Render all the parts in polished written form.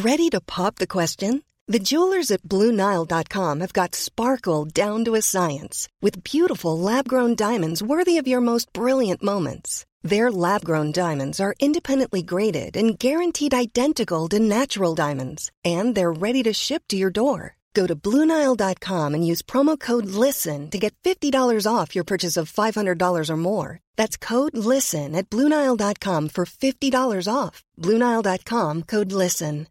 Ready to pop the question? The jewelers at BlueNile.com have got sparkle down to a science with beautiful lab-grown diamonds worthy of your most brilliant moments. Their lab-grown diamonds are independently graded and guaranteed identical to natural diamonds, and they're ready to ship to your door. Go to BlueNile.com and use promo code LISTEN to get $50 off your purchase of $500 or more. That's code LISTEN at BlueNile.com for $50 off. BlueNile.com, code LISTEN.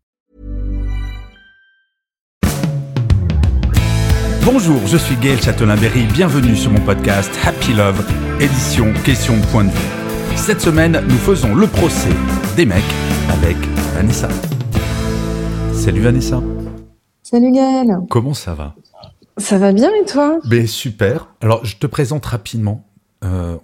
Bonjour, je suis Gaël Châtelain-Berry, bienvenue sur mon podcast Happy Love, édition question de point de vue. Cette semaine, nous faisons le procès des mecs avec Vanessa. Salut Vanessa. Salut Gaël. Comment ça va ? Ça va bien et toi ? Ben super. Alors, je te présente rapidement. Encore ?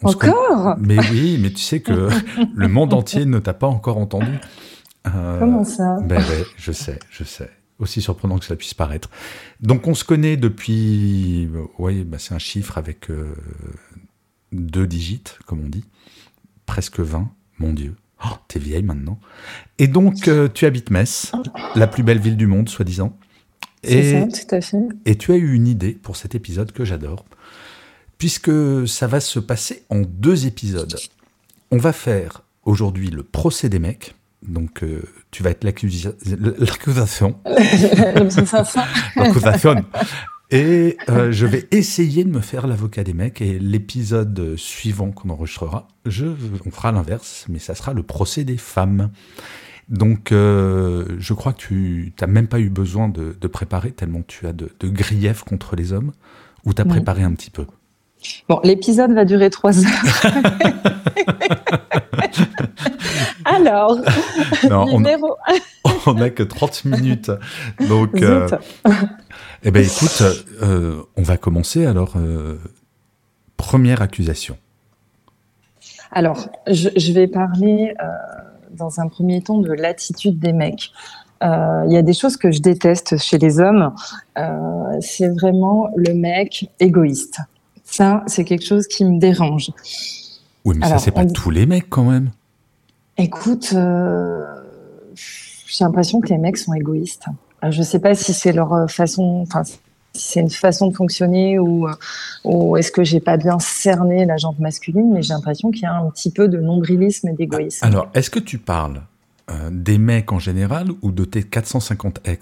Mais oui, mais tu sais que le monde entier ne t'a pas encore entendu. Comment ça ? Ben ouais, je sais. Aussi surprenant que ça puisse paraître. Donc, on se connaît depuis... c'est un chiffre avec 2 digits, comme on dit. Presque 20, mon Dieu. Oh, t'es vieille maintenant. Et donc, tu habites Metz, la plus belle ville du monde, soi-disant. C'est ça, tout à fait. Et tu as eu une idée pour cet épisode que j'adore, puisque ça va se passer en 2 épisodes. On va faire aujourd'hui le procès des mecs. Donc, tu vas être l'accusation. L'accusation. Et je vais essayer de me faire l'avocat des mecs. Et l'épisode suivant qu'on enregistrera, on fera l'inverse, mais ça sera le procès des femmes. Donc, je crois que tu n'as même pas eu besoin de préparer, tellement tu as de griefs contre les hommes, ou tu as préparé un petit peu. Bon, l'épisode va durer 3 heures. Alors, non, numéro... on n'a que 30 minutes. Donc, eh ben, écoute, on va commencer alors. Première accusation. Alors, je vais parler dans un premier temps de l'attitude des mecs. Il y a des choses que je déteste chez les hommes. C'est vraiment le mec égoïste. Ça, c'est quelque chose qui me dérange. Oui, mais alors, ça, c'est pas tous les mecs, quand même. Écoute, j'ai l'impression que les mecs sont égoïstes. Je sais pas si c'est leur façon... Enfin, si c'est une façon de fonctionner ou est-ce que j'ai pas bien cerné la jante masculine, mais j'ai l'impression qu'il y a un petit peu de nombrilisme et d'égoïsme. Alors, est-ce que tu parles des mecs en général ou de tes 450 ex ?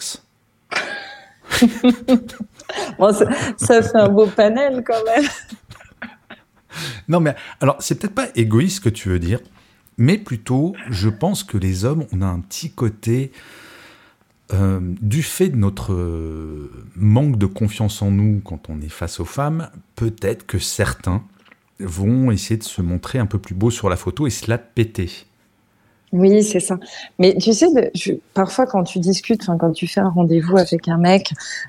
Bon, ça fait un beau panel quand même. Non, mais alors, c'est peut-être pas égoïste que tu veux dire, mais plutôt, je pense que les hommes, on a un petit côté, du fait de notre manque de confiance en nous quand on est face aux femmes, peut-être que certains vont essayer de se montrer un peu plus beaux sur la photo et se la péter. Oui, c'est ça. Mais tu sais, parfois quand tu discutes, quand tu fais un rendez-vous avec un mec,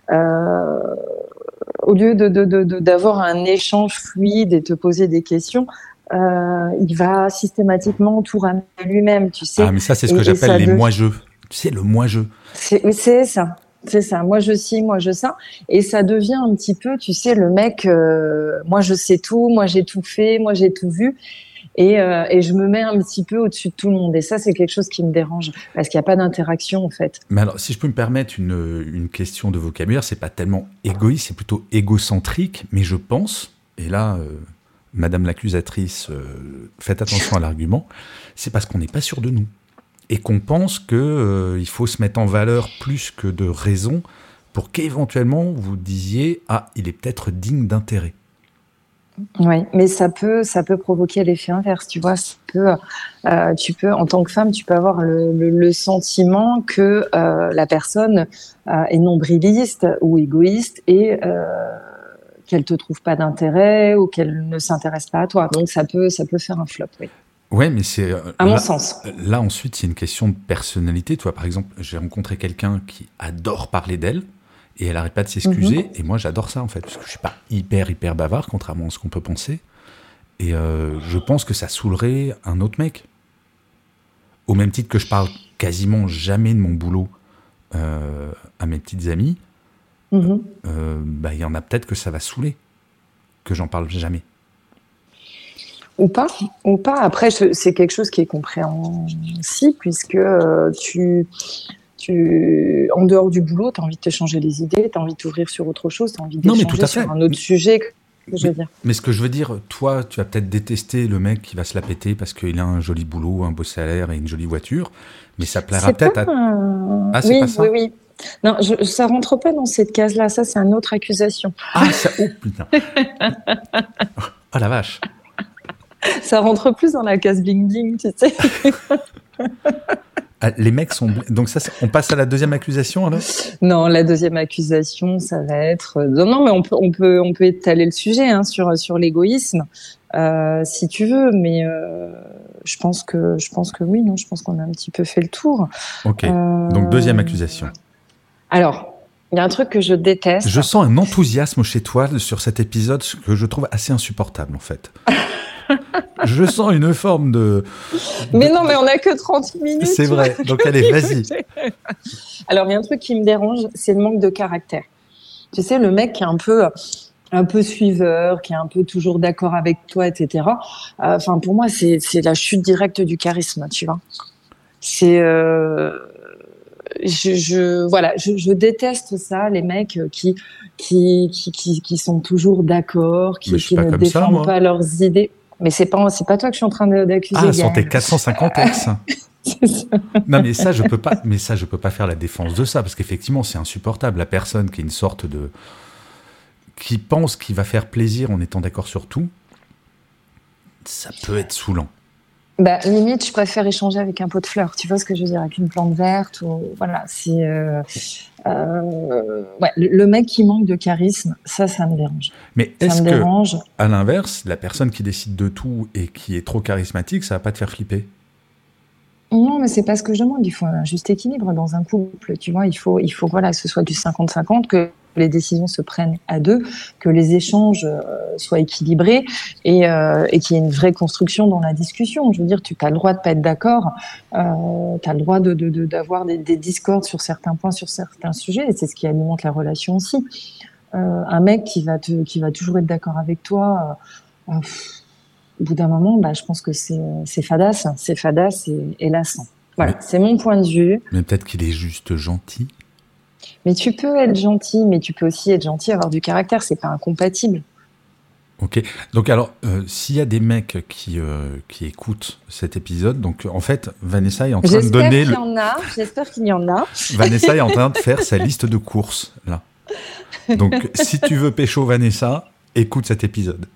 au lieu d'avoir un échange fluide et te poser des questions, il va systématiquement tout ramener à lui-même, tu sais. Ah, mais ça, c'est ce que j'appelle les moi-je. Tu sais, le moi-je. C'est ça. C'est ça. Moi, je ci, moi, je ça. Et ça devient un petit peu, tu sais, le mec, moi, je sais tout, moi, j'ai tout fait, moi, j'ai tout vu. Et je me mets un petit peu au-dessus de tout le monde. Et ça, c'est quelque chose qui me dérange, parce qu'il n'y a pas d'interaction, en fait. Mais alors, si je peux me permettre une question de vocabulaire, c'est pas tellement égoïste, c'est plutôt égocentrique, mais je pense, et là, Madame l'accusatrice, faites attention à l'argument, c'est parce qu'on n'est pas sûr de nous. Et qu'on pense qu'il faut se mettre en valeur plus que de raison pour qu'éventuellement vous disiez « Ah, il est peut-être digne d'intérêt ». Oui, mais ça peut provoquer l'effet inverse, tu vois. Tu peux, en tant que femme, tu peux avoir le sentiment que la personne est nombriliste ou égoïste et qu'elle te trouve pas d'intérêt ou qu'elle ne s'intéresse pas à toi. Donc ça peut faire un flop, oui. Ouais, mais c'est à mon sens. Là, ensuite, c'est une question de personnalité. Toi, par exemple, j'ai rencontré quelqu'un qui adore parler d'elle. Et elle n'arrête pas de s'excuser. Et moi, j'adore ça, en fait. Parce que je ne suis pas hyper bavard, contrairement à ce qu'on peut penser. Et je pense que ça saoulerait un autre mec. Au même titre que je parle quasiment jamais de mon boulot à mes petites amies, y en a peut-être que ça va saouler, que j'en parle jamais. Ou pas. Après, c'est quelque chose qui est compréhensible, puisque En dehors du boulot, tu as envie de te changer les idées, tu as envie de t'ouvrir sur autre chose, tu as envie d'échanger sur un autre sujet. Je veux dire. Mais ce que je veux dire, toi, tu vas peut-être détester le mec qui va se la péter parce qu'il a un joli boulot, un beau salaire et une jolie voiture, mais ça plaira peut-être à... Ah, c'est pas ça. Oui. Non, ça rentre pas dans cette case-là. Ça, c'est une autre accusation. Ah, ça... Oh, putain. Oh, la vache. Ça rentre plus dans la case bling-bling, tu sais. Ah, les mecs sont... Donc ça, on passe à la deuxième accusation, alors ? Non, la deuxième accusation, ça va être... Non, mais on peut étaler le sujet sur l'égoïsme, si tu veux, mais je pense que oui, non, je pense qu'on a un petit peu fait le tour. Ok, donc deuxième accusation. Alors, il y a un truc que je déteste. Je sens un enthousiasme chez toi sur cet épisode que je trouve assez insupportable, en fait. Je sens une forme de... Mais non, mais on n'a que 30 minutes. C'est vrai, donc allez, vas-y. Alors, il y a un truc qui me dérange, c'est le manque de caractère. Tu sais, le mec qui est un peu suiveur, qui est un peu toujours d'accord avec toi, etc. Enfin, pour moi, c'est la chute directe du charisme, tu vois. C'est... Je déteste ça, les mecs qui sont toujours d'accord, qui ne défendent pas leurs idées. Mais c'est pas toi que je suis en train d'accuser. Ah, sont tes 450 ex. C'est ça. Non, mais ça, je peux pas faire la défense de ça, parce qu'effectivement, c'est insupportable. La personne qui est une sorte de... qui pense qu'il va faire plaisir en étant d'accord sur tout, ça peut être saoulant. Bah, limite, je préfère échanger avec un pot de fleurs. Tu vois ce que je veux dire, avec une plante verte ou voilà. Le mec qui manque de charisme, ça me dérange. Mais est-ce que, à l'inverse, la personne qui décide de tout et qui est trop charismatique, ça va pas te faire flipper ? Non, mais c'est pas ce que je demande. Il faut un juste équilibre dans un couple. Tu vois, il faut que ce soit du 50-50, que les décisions se prennent à deux, que les échanges soient équilibrés et qu'il y ait une vraie construction dans la discussion. Je veux dire, tu as le droit de pas être d'accord, tu as le droit d'avoir des discordes sur certains points, sur certains sujets, et c'est ce qui alimente la relation aussi. Un mec qui va toujours être d'accord avec toi, au bout d'un moment, je pense que c'est fadasse et lassant. Voilà, c'est mon point de vue. Mais peut-être qu'il est juste gentil. Mais tu peux être gentil, mais tu peux aussi être gentil, avoir du caractère, c'est pas incompatible. Ok, donc alors, s'il y a des mecs qui écoutent cet épisode, donc en fait, Vanessa est en train de donner... J'espère qu'il y en a. Vanessa est en train de faire sa liste de courses, là. Donc, si tu veux pécho Vanessa, écoute cet épisode.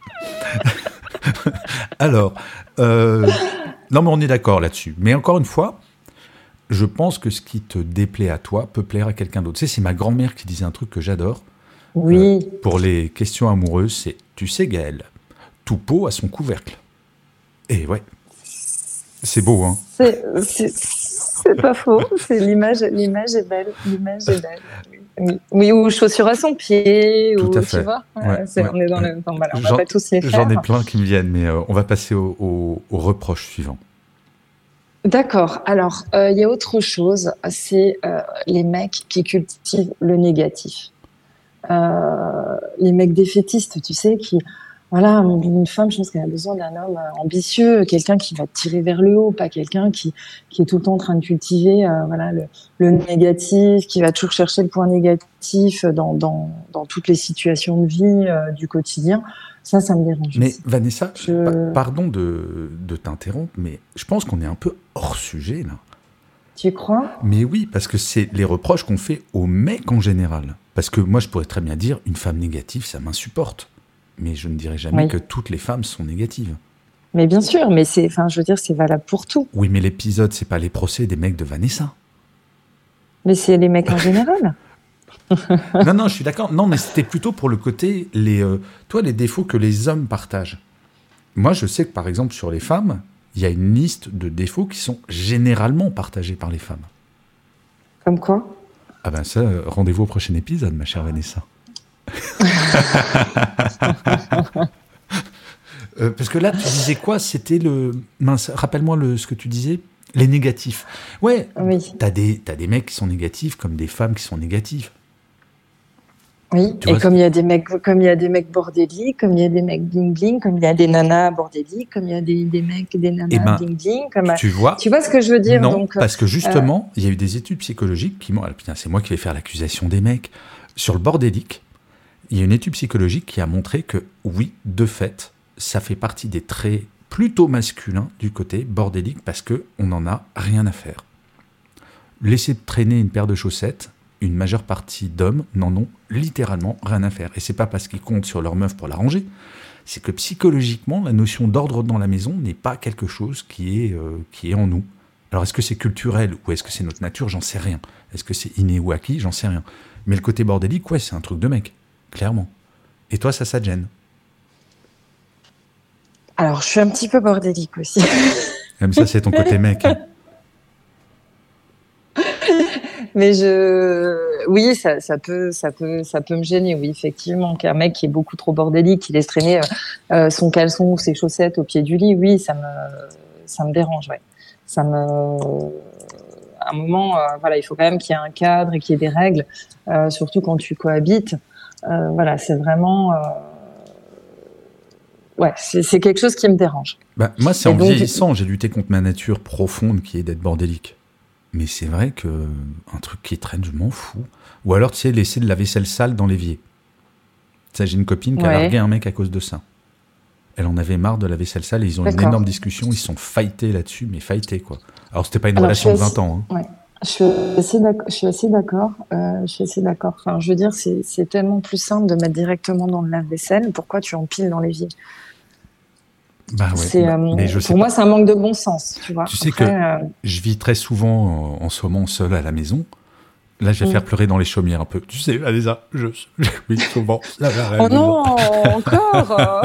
Alors, non mais on est d'accord là-dessus. Mais encore une fois, je pense que ce qui te déplaît à toi peut plaire à quelqu'un d'autre. Tu sais, c'est ma grand-mère qui disait un truc que j'adore. Oui. Pour les questions amoureuses, c'est « Tu sais, Gaëlle, tout pot a son couvercle. » Et ouais, c'est beau, hein. C'est pas faux. L'image est belle. Oui, ou chaussure à son pied. Tout à fait. Tu vois, on est dans le... Enfin, voilà, on va pas tous les faire. J'en ai plein qui me viennent, mais on va passer au reproche suivant. D'accord. Alors, il y a autre chose, c'est les mecs qui cultivent le négatif. Les mecs défaitistes, tu sais, une femme, je pense qu'elle a besoin d'un homme ambitieux, quelqu'un qui va tirer vers le haut, pas quelqu'un qui est tout le temps en train de cultiver le négatif, qui va toujours chercher le point négatif dans toutes les situations de vie du quotidien. Ça me dérange. Mais Vanessa, pardon de t'interrompre, mais je pense qu'on est un peu hors sujet, là. Tu crois ? Mais oui, parce que c'est les reproches qu'on fait aux mecs en général. Parce que moi, je pourrais très bien dire, une femme négative, ça m'insupporte. Mais je ne dirais jamais que toutes les femmes sont négatives. Mais bien sûr, mais c'est valable pour tout. Oui, mais l'épisode, c'est pas les procès des mecs de Vanessa. Mais c'est les mecs en général. Non, je suis d'accord. Non, mais c'était plutôt pour le côté, les défauts que les hommes partagent. Moi, je sais que, par exemple, sur les femmes, il y a une liste de défauts qui sont généralement partagés par les femmes. Comme quoi ? Ah ben ça, rendez-vous au prochain épisode, ma chère Vanessa. Parce que là, tu disais quoi ? C'était rappelle-moi ce que tu disais. Les négatifs. Ouais, oui. T'as des mecs qui sont négatifs comme des femmes qui sont négatives. Oui, Tu et vois, comme il y a des mecs bordéliques, comme il y a des mecs bling bling, comme il y a des nanas bordéliques, comme il y a des mecs, des eh nanas ben, bling bling, comme tu vois, tu vois ce que je veux dire? non, Donc, parce que justement, il y a eu des études psychologiques qui m'ont... Ah, putain, c'est moi qui vais faire l'accusation des mecs. Sur le bordélique, il y a une étude psychologique qui a montré que, oui, de fait, ça fait partie des traits plutôt masculins du côté bordélique parce qu'on n'en a rien à faire. Laisser traîner une paire de chaussettes, une majeure partie d'hommes n'en ont littéralement rien à faire. Et c'est pas parce qu'ils comptent sur leur meuf pour la ranger, c'est que psychologiquement, la notion d'ordre dans la maison n'est pas quelque chose qui est en nous. Alors est-ce que c'est culturel ou est-ce que c'est notre nature? J'en sais rien. Est-ce que c'est inné ou acquis? J'en sais rien. Mais le côté bordélique, ouais, c'est un truc de mec, clairement. Et toi, ça te gêne? alors je suis un petit peu bordélique aussi. Même ça, c'est ton côté mec. Hein. Mais oui, ça peut me gêner, oui, effectivement, qu'un mec qui est beaucoup trop bordélique, qui laisse traîner son caleçon ou ses chaussettes au pied du lit, oui, ça me dérange, ouais. À un moment, voilà, il faut quand même qu'il y ait un cadre et qu'il y ait des règles, surtout quand tu cohabites. Voilà, c'est vraiment, ouais, c'est quelque chose qui me dérange. Bah, moi, c'est Et en donc, vieillissant, j'ai lutté contre ma nature profonde qui est d'être bordélique. Mais c'est vrai que un truc qui traîne, je m'en fous. Ou alors, tu sais, laisser de la vaisselle sale dans l'évier. Ça, j'ai une copine qui a largué un mec à cause de ça. Elle en avait marre de la vaisselle sale et ils ont eu une énorme discussion. Ils se sont fightés là-dessus, mais fightés, quoi. Alors, c'était pas une relation de 20 ans. Hein. Ouais. Je suis assez d'accord. Enfin, je veux dire, c'est tellement plus simple de mettre directement dans le lave-vaisselle. Pourquoi tu empiles dans l'évier? Bah ouais, mais je sais pour pas. moi, c'est un manque de bon sens, tu vois. Tu sais que je vis très souvent en ce moment seul à la maison. Là, je vais faire pleurer dans les chaumières un peu. Tu sais, Alésa, je vis souvent à la Oh maison. non, encore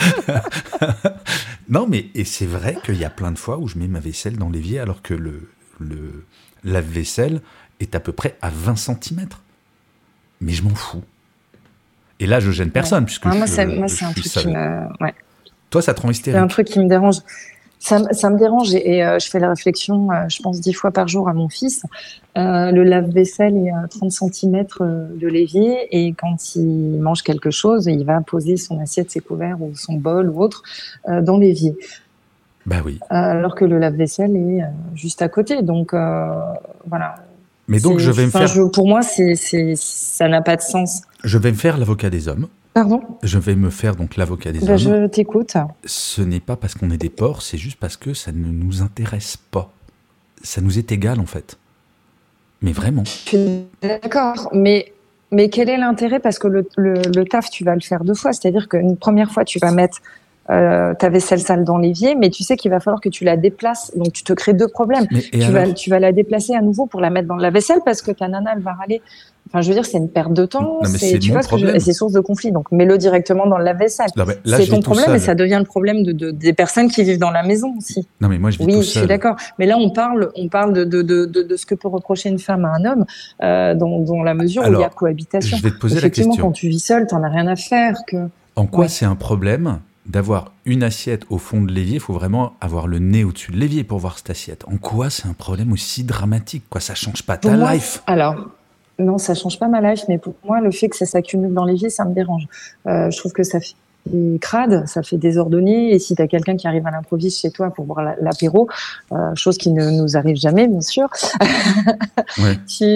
Non, mais et c'est vrai qu'il y a plein de fois où je mets ma vaisselle dans l'évier alors que le lave-vaisselle est à peu près à 20 cm. Mais je m'en fous. Et là, je gêne personne puisque moi, c'est un suis truc seul. qui me... Ouais. Toi, ça te rend hystérique. C'est un truc qui me dérange. Ça me dérange et je fais la réflexion, je pense 10 fois par jour à mon fils. Le lave-vaisselle est à 30 cm de l'évier et quand il mange quelque chose, il va poser son assiette, ses couverts ou son bol ou autre dans l'évier. Bah oui. Alors que le lave-vaisselle est juste à côté. Donc voilà. Mais donc je vais me faire... Pour moi, ça n'a pas de sens. Je vais me faire l'avocat des hommes. Pardon ? Je vais me faire donc l'avocat des hommes. Je t'écoute. Ce n'est pas parce qu'on est des porcs, c'est juste parce que ça ne nous intéresse pas. Ça nous est égal, en fait. Mais vraiment. Je suis d'accord, mais quel est l'intérêt? Parce que le taf, tu vas le faire 2 fois. C'est-à-dire qu'une première fois, tu vas mettre ta vaisselle sale dans l'évier, mais tu sais qu'il va falloir que tu la déplaces. Donc, tu te crées 2 problèmes. Tu vas la déplacer à nouveau pour la mettre dans la vaisselle parce que ta nana, elle va râler. Enfin, je veux dire, c'est une perte de temps. Non, mais c'est tu mon vois problème. c'est source de conflit. Donc, mets-le directement dans le lave-vaisselle. C'est ton problème et ça devient le problème des personnes qui vivent dans la maison aussi. Non, mais moi, je vis tout seul. Oui, je suis d'accord. Mais là, on parle de ce que peut reprocher une femme à un homme, dans la mesure où il y a cohabitation. Je vais te poser la question. Effectivement, quand tu vis seul, t'en as rien à faire. En quoi c'est un problème d'avoir une assiette au fond de l'évier? Il faut vraiment avoir le nez au-dessus de l'évier pour voir cette assiette. En quoi c'est un problème aussi dramatique, quoi? Ça change pas ta life. Alors, non, ça change pas ma life, mais pour moi, le fait que ça s'accumule dans l'évier, ça me dérange. Je trouve que ça fait crade, ça fait désordonné, et si t'as quelqu'un qui arrive à l'improviste chez toi pour boire l'apéro, chose qui ne nous arrive jamais, bien sûr, ouais.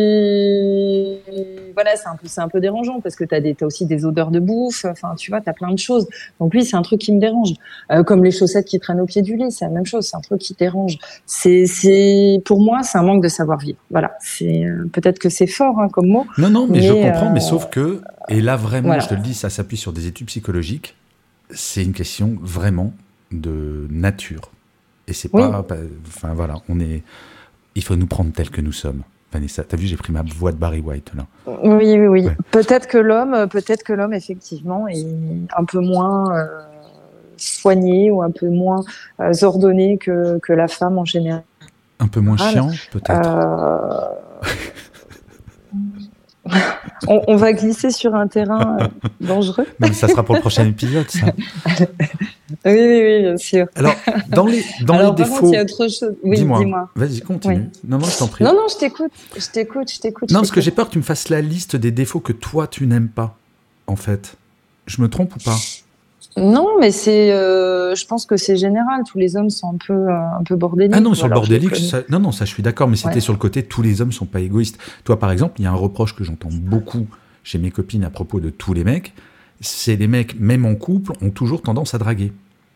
Voilà, c'est un peu dérangeant parce que t'as aussi des odeurs de bouffe, enfin, tu vois, t'as plein de choses. Donc oui, c'est un truc qui me dérange. Comme les chaussettes qui traînent au pied du lit, c'est la même chose, c'est un truc qui dérange. Pour moi, c'est un manque de savoir-vivre. Voilà, peut-être que c'est fort, hein, comme mot. Non, mais je comprends, mais sauf que, et là vraiment, voilà. Je te le dis, ça s'appuie sur des études psychologiques, c'est une question vraiment de nature. Et c'est pas, enfin voilà, il faut nous prendre tels que nous sommes. Vanessa, t'as vu, j'ai pris ma voix de Barry White là. Oui. Ouais. Peut-être que l'homme effectivement est un peu moins soigné ou un peu moins ordonné que la femme en général. Un peu moins chiant, peut-être. On va glisser sur un terrain dangereux. Non, mais ça sera pour le prochain épisode, ça. Oui, bien sûr. Alors, dans les Alors, par défauts... contre, il y a autre chose. Oui, dis-moi. Vas-y, continue. Oui. Non, je t'en prie. Non, je t'écoute. Non, parce que j'ai peur que tu me fasses la liste des défauts que toi, tu n'aimes pas, en fait. Je me trompe ou pas ? Non, mais je pense que c'est général. Tous les hommes sont un peu bordéliques. Ah non, sur le bordélique, ça, je suis d'accord, mais c'était sur le côté tous les hommes sont pas égoïstes. Toi, par exemple, il y a un reproche que j'entends beaucoup chez mes copines à propos de tous les mecs, c'est les mecs, même en couple, ont toujours tendance à draguer.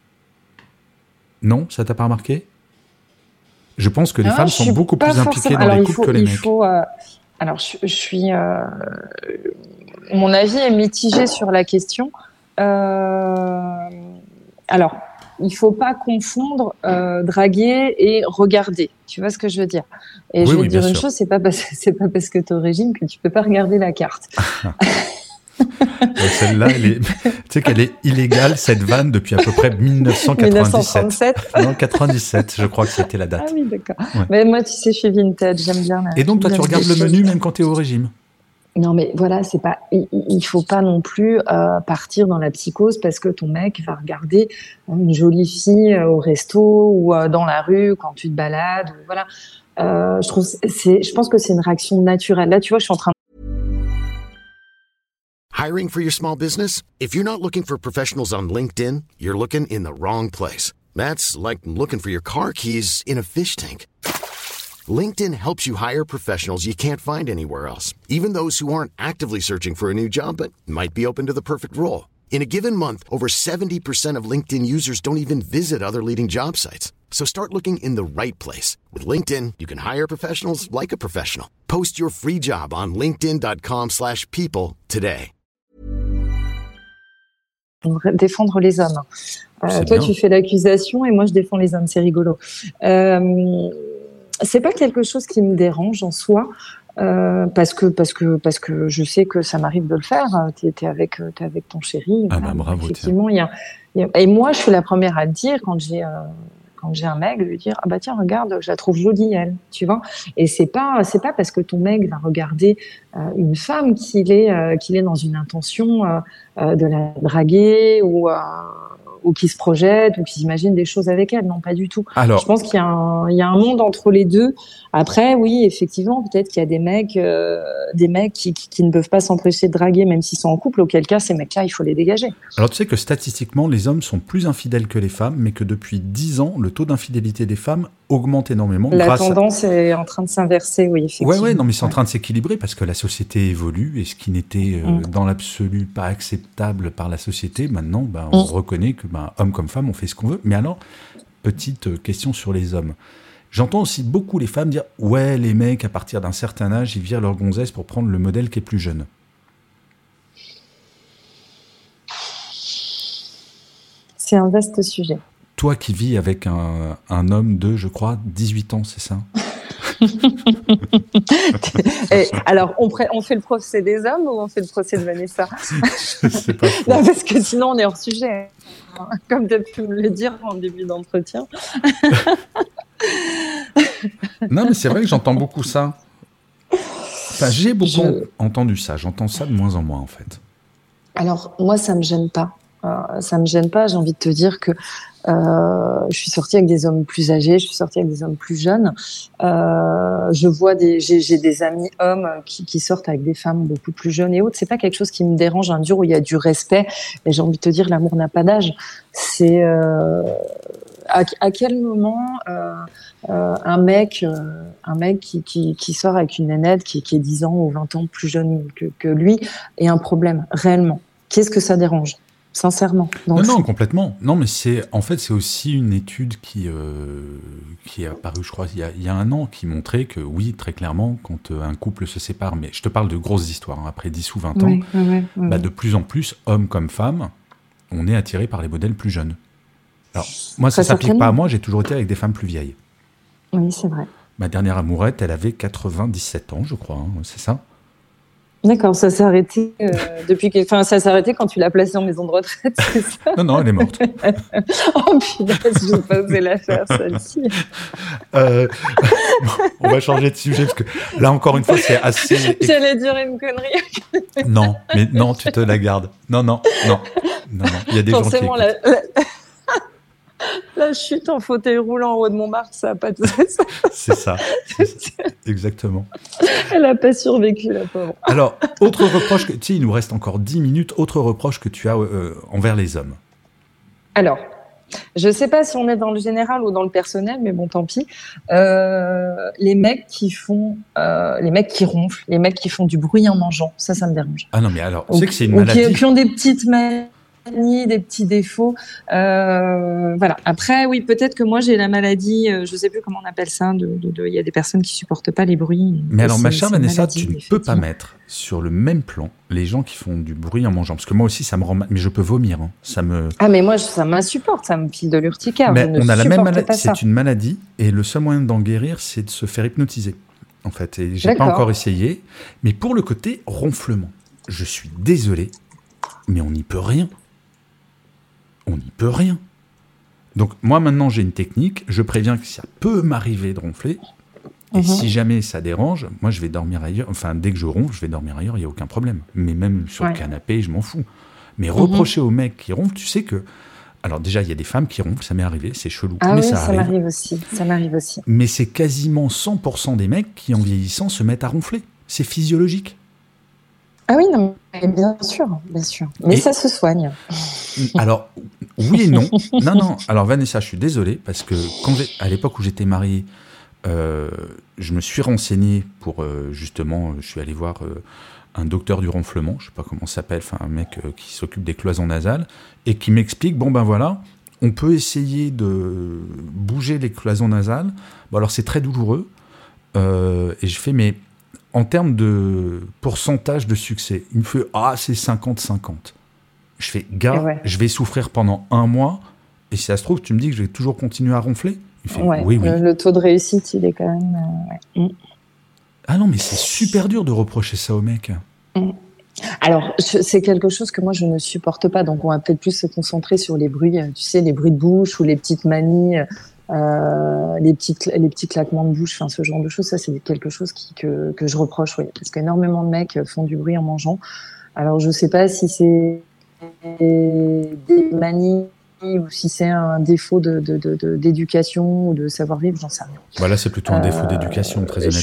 Non, ça t'a pas remarqué ? Je pense que les femmes sont beaucoup plus impliquées dans les couples que les mecs. Alors, je suis... Mon avis est mitigé sur la question. Alors, il faut pas confondre draguer et regarder. Tu vois ce que je veux dire ? Et je vais te dire une chose, c'est pas parce que tu es au régime que tu peux pas regarder la carte. Celle-là, tu sais qu'elle est illégale, cette vanne, depuis à peu près 1997. Non, 97, je crois que c'était la date. Ah oui, d'accord. Ouais. Mais moi, tu sais, je suis vintage, j'aime bien. Et donc, toi, tu regardes le menu même quand tu es au régime ? Non, mais voilà, c'est pas. Il faut pas non plus partir dans la psychose parce que ton mec va regarder une jolie fille au resto ou dans la rue quand tu te balades. Voilà. Je pense que c'est une réaction naturelle. Là, tu vois, je suis en train. Hiring for your small business? If you're not looking for professionals on LinkedIn, you're looking in the wrong place. That's like looking for your car keys in a fish tank. LinkedIn helps you hire professionals you can't find anywhere else, even those who aren't actively searching for a new job but might be open to the perfect role. In a given month, over 70% of LinkedIn users don't even visit other leading job sites. So start looking in the right place. With LinkedIn, you can hire professionals like a professional. Post your free job on linkedin.com/people today. Défendre les hommes. Toi, tu fais l'accusation et moi, je défends les hommes. C'est rigolo. C'est pas quelque chose qui me dérange en soi, parce que je sais que ça m'arrive de le faire. T'es avec ton chéri. Ah bah bravo. Effectivement, et moi, je suis la première à le dire quand j'ai un mec, de lui dire ah bah tiens regarde, je la trouve jolie elle, tu vois. Et c'est pas parce que ton mec va regarder une femme qu'il est dans une intention de la draguer ou qui se projette ou qui s'imagine des choses avec elle. Non, pas du tout. Alors, je pense qu'il y a un monde entre les deux. Après, oui, effectivement, peut-être qu'il y a des mecs qui ne peuvent pas s'empêcher de draguer même s'ils sont en couple, auquel cas, ces mecs-là, il faut les dégager. Alors, tu sais que statistiquement, les hommes sont plus infidèles que les femmes, mais que depuis 10 ans, le taux d'infidélité des femmes augmente énormément. La tendance est en train de s'inverser, oui, effectivement. Ouais, non, mais c'est en train de s'équilibrer parce que la société évolue et ce qui n'était dans l'absolu pas acceptable par la société, maintenant, on reconnaît que homme comme femme, on fait ce qu'on veut. Mais alors, petite question sur les hommes. J'entends aussi beaucoup les femmes dire « Ouais, les mecs, à partir d'un certain âge, ils virent leur gonzesse pour prendre le modèle qui est plus jeune. » C'est un vaste sujet. Toi qui vis avec un homme de, je crois, 18 ans, c'est ça ? Alors, on fait le procès des hommes ou on fait le procès de Vanessa ? C'est pas faux. Non, parce que sinon, on est hors sujet. Comme tu as pu me le dire en début d'entretien. Non, mais c'est vrai que j'entends beaucoup ça. Enfin, j'ai beaucoup entendu ça. J'entends ça de moins en moins, en fait. Alors, moi, ça me gêne pas. Ça me gêne pas. J'ai envie de te dire que je suis sortie avec des hommes plus âgés, je suis sortie avec des hommes plus jeunes. Je vois j'ai des amis hommes qui sortent avec des femmes beaucoup plus jeunes et autres. C'est pas quelque chose qui me dérange, un jour où il y a du respect. Et j'ai envie de te dire, l'amour n'a pas d'âge. C'est à quel moment un mec qui sort avec une nénette qui est 10 ans ou 20 ans plus jeune que lui est un problème réellement. Qu'est-ce que ça dérange? Sincèrement. Non, complètement. Non, mais c'est aussi une étude qui est apparue, je crois, il y a un an, qui montrait que oui, très clairement, quand un couple se sépare, mais je te parle de grosses histoires, après 10 ou 20 ans, de plus en plus, hommes comme femmes, on est attiré par les modèles plus jeunes. Alors, moi, ça ne s'applique pas à moi, j'ai toujours été avec des femmes plus vieilles. Oui, c'est vrai. Ma dernière amourette, elle avait 97 ans, je crois, c'est ça ? D'accord, ça s'est arrêté ça s'est arrêté quand tu l'as placée en maison de retraite, c'est ça? Non, elle est morte. Oh punaise, je vais pas oser la faire, celle-ci. On va changer de sujet parce que là, encore une fois, c'est assez... J'allais dire une connerie. Non, tu te la gardes. Non. Il y a des gens qui écoutent. La chute en fauteuil roulant en haut de Montmartre, ça a pas de... C'est ça. Exactement. Elle a pas survécu, la pauvre. Alors, autre reproche, tu sais, il nous reste encore 10 minutes, autre reproche que tu as envers les hommes. Alors, je sais pas si on est dans le général ou dans le personnel, mais bon, tant pis. Les mecs qui ronflent, les mecs qui font du bruit en mangeant, ça me dérange. Ah non, mais alors, tu sais que c'est une maladie. Qui ont des petites manies, des petits défauts. Voilà. Après, oui, peut-être que moi j'ai la maladie, je sais plus comment on appelle ça. Il y a des personnes qui supportent pas les bruits. Mais alors, ma chère Vanessa, tu ne peux pas mettre sur le même plan les gens qui font du bruit en mangeant, parce que moi aussi, ça me rend mal. Mais je peux vomir. Hein. Ah, mais moi, ça m'insupporte, ça me file de l'urticaire. Mais on a la même maladie. C'est une maladie, et le seul moyen d'en guérir, c'est de se faire hypnotiser. En fait, et j'ai pas encore essayé. Mais pour le côté ronflement, je suis désolé, mais on n'y peut rien. On n'y peut rien. Donc, moi, maintenant, j'ai une technique. Je préviens que ça peut m'arriver de ronfler. Et si jamais ça dérange, moi, je vais dormir ailleurs. Enfin, dès que je ronfle, je vais dormir ailleurs, il n'y a aucun problème. Mais même sur le canapé, je m'en fous. Mais reprocher aux mecs qui ronflent, tu sais que... Alors déjà, il y a des femmes qui ronflent, ça m'est arrivé, c'est chelou. Ah mais oui, ça m'arrive aussi. Ça m'arrive aussi. Mais c'est quasiment 100% des mecs qui, en vieillissant, se mettent à ronfler. C'est physiologique. Ah oui, non, bien sûr. Mais ça se soigne. Alors, oui et non. Non. Alors, Vanessa, je suis désolé, parce que à l'époque où j'étais marié, je me suis renseigné pour, justement, je suis allé voir un docteur du ronflement, je ne sais pas comment ça s'appelle, enfin un mec qui s'occupe des cloisons nasales, et qui m'explique, bon ben voilà, on peut essayer de bouger les cloisons nasales. Bon, alors, c'est très douloureux. Et je fais, mais... En termes de pourcentage de succès, il me fait « Ah, c'est 50-50 ». Je fais « Gars, je vais souffrir pendant 1 mois, et si ça se trouve, tu me dis que je vais toujours continuer à ronfler ?» Il fait « Oui. » Le taux de réussite, il est quand même... Ah non, mais c'est super dur de reprocher ça aux mecs. Alors, c'est quelque chose que moi, je ne supporte pas, donc on va peut-être plus se concentrer sur les bruits, tu sais, les bruits de bouche ou les petites manies... les petits claquements de bouche, enfin ce genre de choses, ça c'est quelque chose que je reproche, oui, parce qu'énormément de mecs font du bruit en mangeant. Alors je sais pas si c'est des manies ou si c'est un défaut d'éducation ou de savoir-vivre, j'en sais rien. Voilà, c'est plutôt un défaut d'éducation, très honnêtement.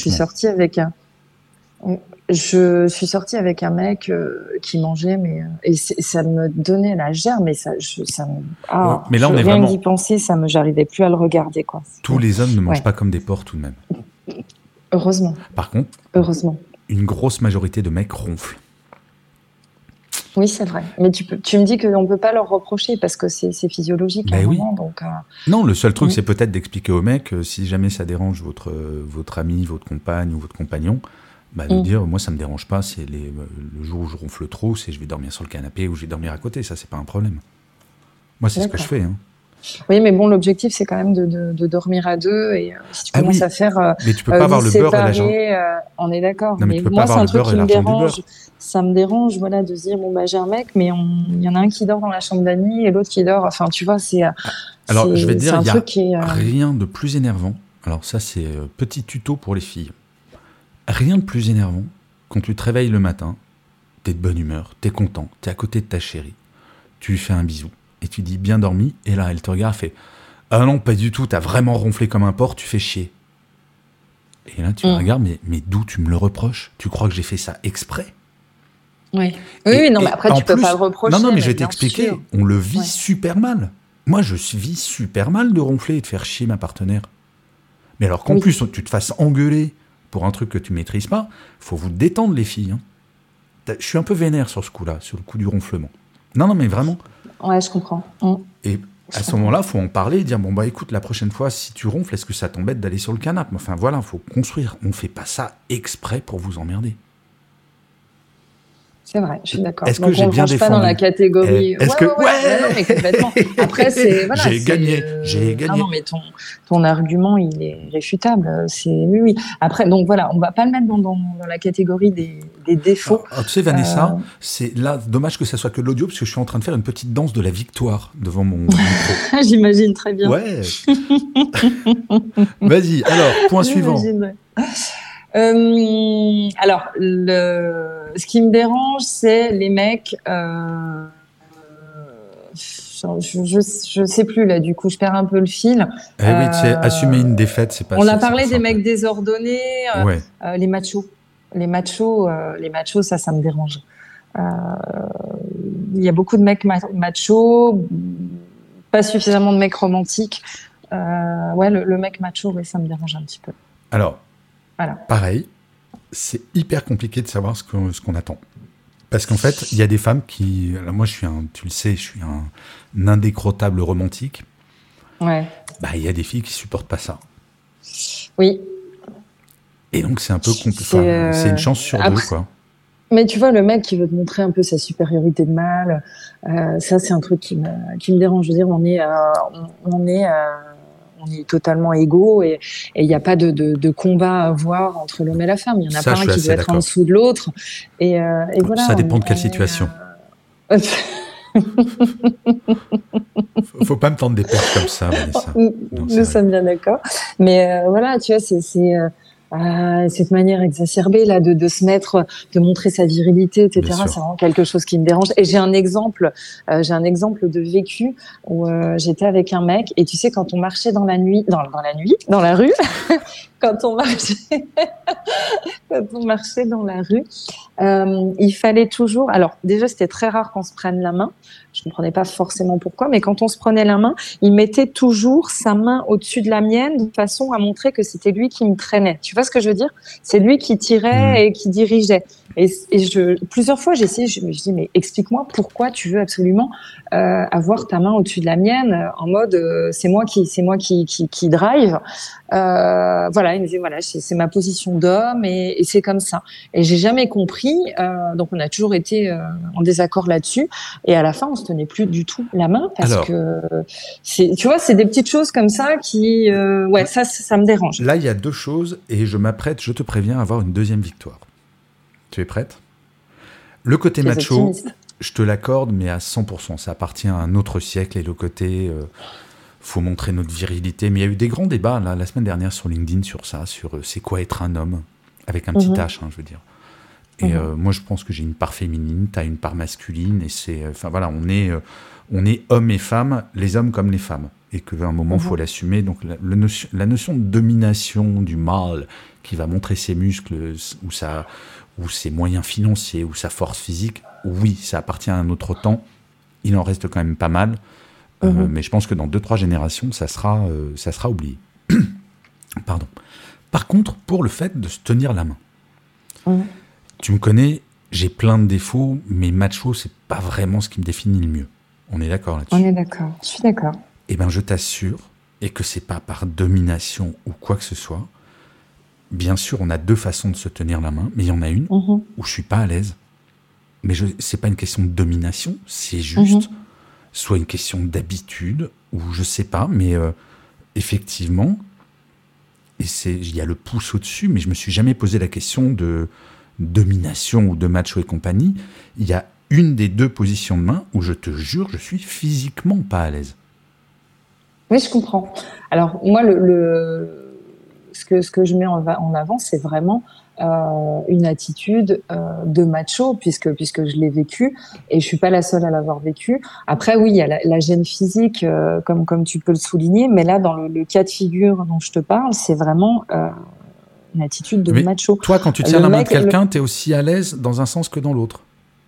Je suis sortie avec un mec qui mangeait, mais et ça me donnait la gerbe, mais mais là on est rien d'y penser, j'arrivais plus à le regarder, quoi. Tous les hommes ne mangent pas comme des porcs tout de même. Heureusement. Par contre, une grosse majorité de mecs ronflent. Oui, c'est vrai. Mais tu me dis qu'on ne peut pas leur reprocher parce que c'est physiologique. Ben oui. Moment, donc, Non, le seul truc, c'est peut-être d'expliquer aux mecs, si jamais ça dérange votre ami, votre compagne ou votre compagnon, de dire, moi, ça ne me dérange pas, c'est le jour où je ronfle trop, c'est je vais dormir sur le canapé ou je vais dormir à côté, ça, c'est pas un problème. Moi, c'est ce que je fais. Hein. Oui, mais bon, l'objectif, c'est quand même de dormir à deux. Et si tu commences à faire mais tu peux pas avoir le beurre et l'argent. On est d'accord. Non, mais moi, c'est un truc qui me dérange. Ça me dérange, voilà, de se dire, bon, j'ai un mec, mais il y en a un qui dort dans la chambre d'amis et l'autre qui dort. Enfin, tu vois, c'est. Alors, je vais te dire, il y a rien de plus énervant. Alors, ça, c'est petit tuto pour les filles. Rien de plus énervant quand tu te réveilles le matin, t'es de bonne humeur, t'es content, t'es à côté de ta chérie, tu lui fais un bisou. Et tu dis bien dormi, et là elle te regarde et fait « Ah non, pas du tout, t'as vraiment ronflé comme un porc, tu fais chier. » Et là tu la regardes, mais d'où tu me le reproches? Tu crois que j'ai fait ça exprès? Oui, non, mais après tu peux pas le reprocher. Non, mais je vais t'expliquer, on le vit super mal. Moi je vis super mal de ronfler et de faire chier ma partenaire. Mais alors qu'en plus tu te fasses engueuler pour un truc que tu maîtrises pas, faut vous détendre les filles. Hein. Je suis un peu vénère sur ce coup-là, sur le coup du ronflement. Non, mais vraiment. Ouais, je comprends. Et à ce moment-là, il faut en parler et dire, bon, écoute, la prochaine fois, si tu ronfles, est-ce que ça t'embête d'aller sur le canapé? Enfin, voilà, il faut construire. On ne fait pas ça exprès pour vous emmerder. C'est vrai, je suis d'accord. Est-ce que j'ai bien défendu? Pas dans la catégorie... non, mais complètement. Après, c'est... Voilà, j'ai gagné. Non, mais ton argument, il est réfutable. Oui. Après, donc voilà, on ne va pas le mettre dans la catégorie des défauts. Alors, tu sais, Vanessa, c'est là, dommage que ça soit que de l'audio, parce que je suis en train de faire une petite danse de la victoire devant mon micro. J'imagine très bien. Ouais. Vas-y, alors, point suivant. Alors, ce qui me dérange, c'est les mecs je sais plus là. Du coup, je perds un peu le fil. Oui, tu sais, assumer une défaite, c'est pas. On a parlé des mecs désordonnés, ouais. Les machos, ça me dérange. Il y a beaucoup de mecs machos, pas suffisamment de mecs romantiques. Ouais, le mec macho, ouais, ça me dérange un petit peu. Alors, pareil, c'est hyper compliqué de savoir ce qu'on attend. Parce qu'en fait, il y a des femmes qui... Alors moi, tu le sais, je suis un indécrottable romantique. Ouais. Bah, il y a des filles qui supportent pas ça. Oui. Et donc, c'est un peu compliqué. C'est une chance sur deux, quoi. Mais tu vois, le mec qui veut te montrer un peu sa supériorité de mâle, ça, c'est un truc qui me dérange. Je veux dire, on est totalement égaux et il n'y a pas de combat à avoir entre l'homme et la femme. Il y en a pas un qui doit être en dessous de l'autre. Et voilà. Ça dépend de quelle situation. Faut pas me tendre des perches comme ça, Vanessa. Nous sommes bien d'accord. Mais voilà, tu vois, c'est cette manière exacerbée là de se mettre, de montrer sa virilité, etc. C'est vraiment quelque chose qui me dérange. Et j'ai un exemple de vécu où j'étais avec un mec et tu sais quand on marchait dans la rue, quand on marchait dans la rue, il fallait toujours. Alors déjà c'était très rare qu'on se prenne la main. Je ne comprenais pas forcément pourquoi, mais quand on se prenait la main, il mettait toujours sa main au-dessus de la mienne de façon à montrer que c'était lui qui me traînait. Tu vois ce que je veux dire ? C'est lui qui tirait et qui dirigeait. Et plusieurs fois, j'ai essayé, je me dis, mais explique-moi pourquoi tu veux absolument avoir ta main au-dessus de la mienne en mode c'est moi qui drive. Voilà, il me disait voilà, c'est ma position d'homme et c'est comme ça. Et j'ai jamais compris. Donc on a toujours été en désaccord là-dessus. Et à la fin, on se tenait plus du tout la main parce que tu vois, c'est des petites choses comme ça qui, ça me dérange. Là, il y a deux choses et je m'apprête, je te préviens, à avoir une deuxième victoire. Tu es prête ? Le côté macho, je te l'accorde, mais à 100%. Ça appartient à un autre siècle et le côté... faut montrer notre virilité. Mais il y a eu des grands débats là, la semaine dernière sur LinkedIn sur ça, sur c'est quoi être un homme, avec un petit H, je veux dire. Et moi, je pense que j'ai une part féminine, tu as une part masculine, et c'est... Enfin voilà, on est hommes et femmes, les hommes comme les femmes. Et qu'à un moment, il faut l'assumer. Donc la notion de domination du mâle qui va montrer ses muscles ou ses moyens financiers ou sa force physique, oui, ça appartient à un autre temps. Il en reste quand même pas mal. Mais je pense que dans 2-3 générations, ça sera oublié. Pardon. Par contre, pour le fait de se tenir la main, tu me connais, j'ai plein de défauts, mais macho, c'est pas vraiment ce qui me définit le mieux. On est d'accord là-dessus ? On est d'accord, je suis d'accord. Eh bien, je t'assure, et que c'est pas par domination ou quoi que ce soit. Bien sûr, on a 2 façons de se tenir la main, mais il y en a une où je suis pas à l'aise. Mais c'est pas une question de domination, c'est juste soit une question d'habitude, ou je sais pas, mais effectivement, il y a le pouce au-dessus, mais je me suis jamais posé la question de domination ou de macho et compagnie. Il y a une des 2 positions de main où je te jure, je suis physiquement pas à l'aise. Oui, je comprends. Alors moi, ce que je mets en avant, c'est vraiment une attitude de macho, puisque je l'ai vécu et je suis pas la seule à l'avoir vécu. Après, oui, il y a la gêne physique, comme tu peux le souligner, mais là, dans le cas de figure dont je te parle, c'est vraiment une attitude de macho. Toi, quand tu tiens la main de quelqu'un, t'es aussi à l'aise dans un sens que dans l'autre ?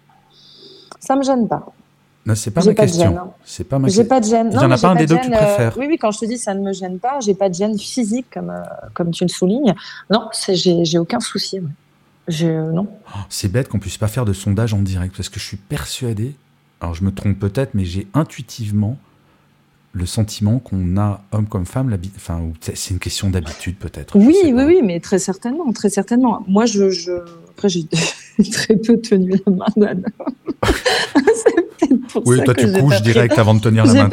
Ça me gêne pas. Non, c'est pas ma question. C'est pas ma question. J'ai pas de gêne. Il n'y en a pas un des 2 que tu préfères. Oui, quand je te dis ça ne me gêne pas, j'ai pas de gêne physique comme tu le soulignes. Non, j'ai aucun souci. Non. C'est bête qu'on puisse pas faire de sondage en direct parce que je suis persuadé. Alors je me trompe peut-être, mais j'ai intuitivement le sentiment qu'on a, homme comme femme, c'est une question d'habitude peut-être. Oui, mais très certainement. Moi, après, j'ai très peu tenu la main d'un homme. Oui, toi tu couches direct avant de tenir la main.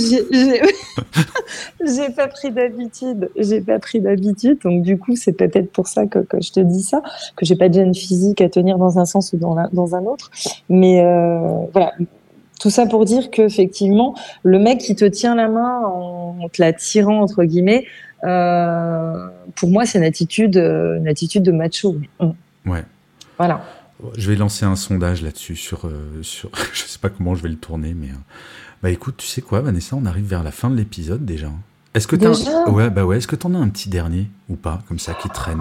J'ai pas pris d'habitude, donc du coup c'est peut-être pour ça que je te dis ça, que j'ai pas de gêne physique à tenir dans un sens ou dans un autre. Mais voilà, tout ça pour dire que effectivement le mec qui te tient la main en te la tirant entre guillemets, pour moi c'est une attitude de macho. Ouais. Voilà. Je vais lancer un sondage là-dessus sur je sais pas comment je vais le tourner, mais bah écoute, tu sais quoi, Vanessa, on arrive vers la fin de l'épisode déjà. Est-ce que est-ce que t'en as un petit dernier ou pas, comme ça, qui traîne?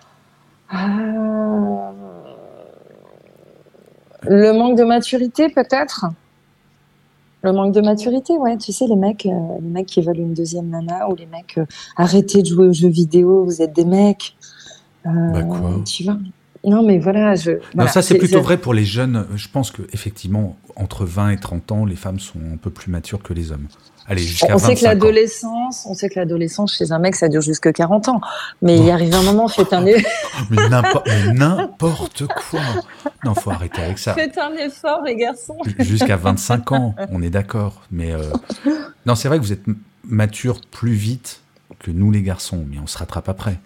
Le manque de maturité, peut-être. Le manque de maturité, ouais. Tu sais, les mecs qui veulent une deuxième nana, ou les mecs, arrêtez de jouer aux jeux vidéo, vous êtes des mecs. Bah quoi? Tu vois. Non, mais voilà, non, ça c'est plutôt vrai pour les jeunes. Je pense que effectivement, entre 20 et 30 ans, les femmes sont un peu plus matures que les hommes. Allez, jusqu'à 25 ans. On sait que l'adolescence chez un mec, ça dure jusque 40 ans. Mais il arrive un moment, faites un effort. mais n'importe quoi. Non, faut arrêter avec ça. Faites un effort, les garçons. Jusqu'à 25 ans, on est d'accord. Mais non, c'est vrai que vous êtes matures plus vite que nous les garçons, mais on se rattrape après.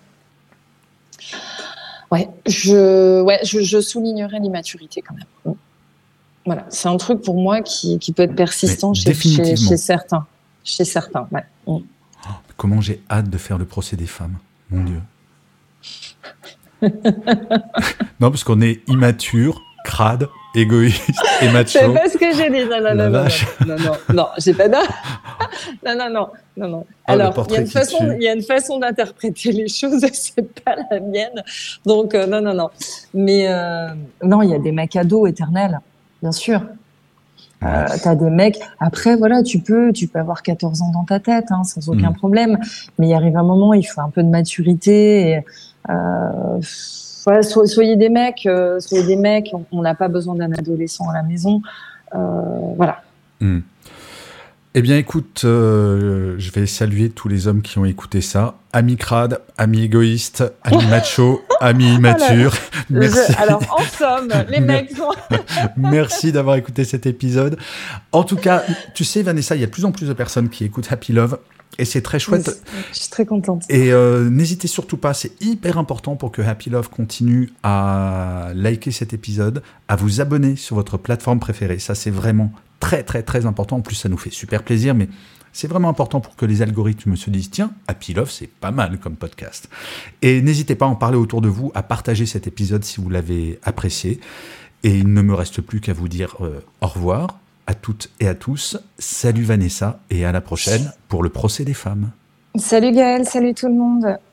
Je soulignerais l'immaturité quand même. Voilà, c'est un truc pour moi qui peut être persistant chez certains. Chez certains, ouais. Oh, comment j'ai hâte de faire le procès des femmes, mon Dieu. Non, parce qu'on est immature, crade, égoïste et macho. C'est pas ce que j'ai dit. Non, j'ai pas non. Alors, il y a une façon d'interpréter les choses, c'est pas la mienne. Donc, non. Mais non, il y a des mecs ados éternels, bien sûr. T'as des mecs. Après, voilà, tu peux avoir 14 ans dans ta tête, hein, sans aucun problème. Mais il arrive un moment, il faut un peu de maturité. Et, voilà, soyez des mecs. On n'a pas besoin d'un adolescent à la maison. Voilà. Eh bien, écoute, je vais saluer tous les hommes qui ont écouté ça. Amis crades, amis égoïstes, amis machos, amis immatures. Merci. Alors, en somme, les mecs sont... Merci d'avoir écouté cet épisode. En tout cas, tu sais, Vanessa, il y a de plus en plus de personnes qui écoutent Happy Love. Et c'est très chouette. Je suis très contente. Et n'hésitez surtout pas, c'est hyper important pour que Happy Love continue à liker cet épisode, à vous abonner sur votre plateforme préférée. Ça, c'est vraiment très, très, très important. En plus, ça nous fait super plaisir, mais c'est vraiment important pour que les algorithmes se disent « Tiens, Happy Love, c'est pas mal comme podcast. » Et n'hésitez pas à en parler autour de vous, à partager cet épisode si vous l'avez apprécié. Et il ne me reste plus qu'à vous dire au revoir à toutes et à tous. Salut Vanessa et à la prochaine pour le procès des femmes. Salut Gaël, salut tout le monde.